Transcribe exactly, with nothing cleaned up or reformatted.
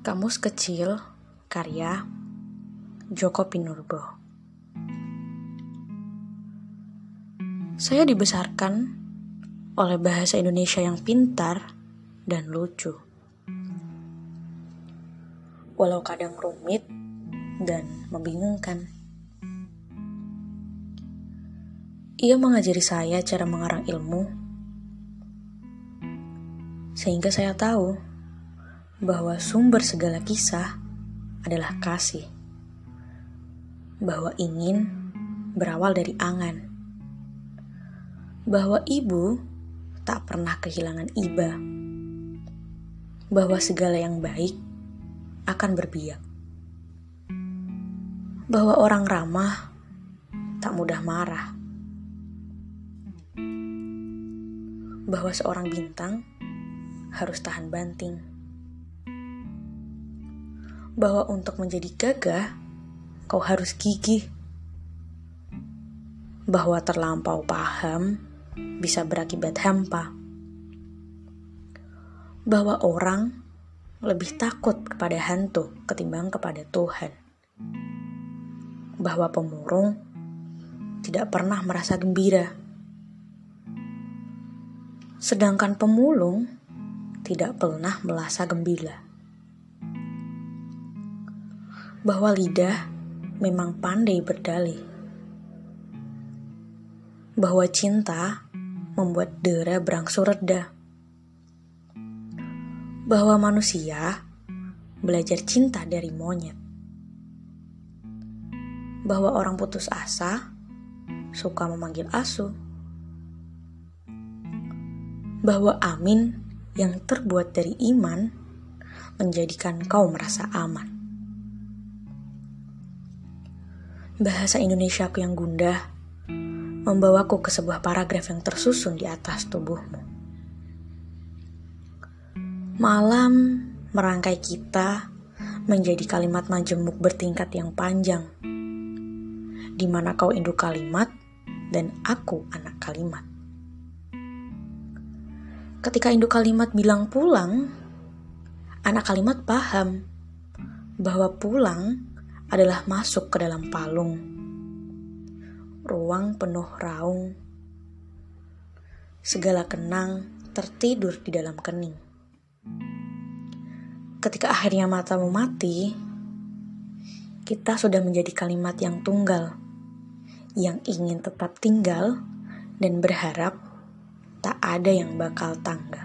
Kamus Kecil, karya Djoko Pinurbo. Saya dibesarkan oleh bahasa Indonesia yang pintar dan lucu. Walau kadang rumit dan membingungkan. Ia mengajari saya cara mengarang ilmu, sehingga saya tahu bahwa sumber segala kisah adalah kasih, bahwa ingin berawal dari angan, bahwa ibu tak pernah kehilangan iba, bahwa segala yang baik akan berbiak, bahwa orang ramah tak mudah marah, bahwa seorang bintang harus tahan banting, bahwa untuk menjadi gagah kau harus gigih, bahwa terlampau paham bisa berakibat hampa, bahwa orang lebih takut kepada hantu ketimbang kepada Tuhan, bahwa pemurung tidak pernah merasa gembira, sedangkan pemulung tidak pernah merasa gembira, bahwa lidah memang pandai berdalih, bahwa cinta membuat dera berangsur reda, bahwa manusia belajar cinta dari monyet, bahwa orang putus asa suka memanggil asu, bahwa amin yang terbuat dari iman menjadikan kau merasa aman. Bahasa Indonesiaku yang gundah membawaku ke sebuah paragraf yang tersusun di atas tubuhmu. Malam merangkai kita menjadi kalimat majemuk bertingkat yang panjang, di mana kau induk kalimat dan aku anak kalimat. Ketika induk kalimat bilang pulang, anak kalimat paham bahwa pulang adalah masuk ke dalam palung, ruang penuh raung, segala kenang tertidur di dalam kening. Ketika akhirnya matamu mati, kita sudah menjadi kalimat yang tunggal, yang ingin tetap tinggal dan berharap tak ada yang bakal tanggal.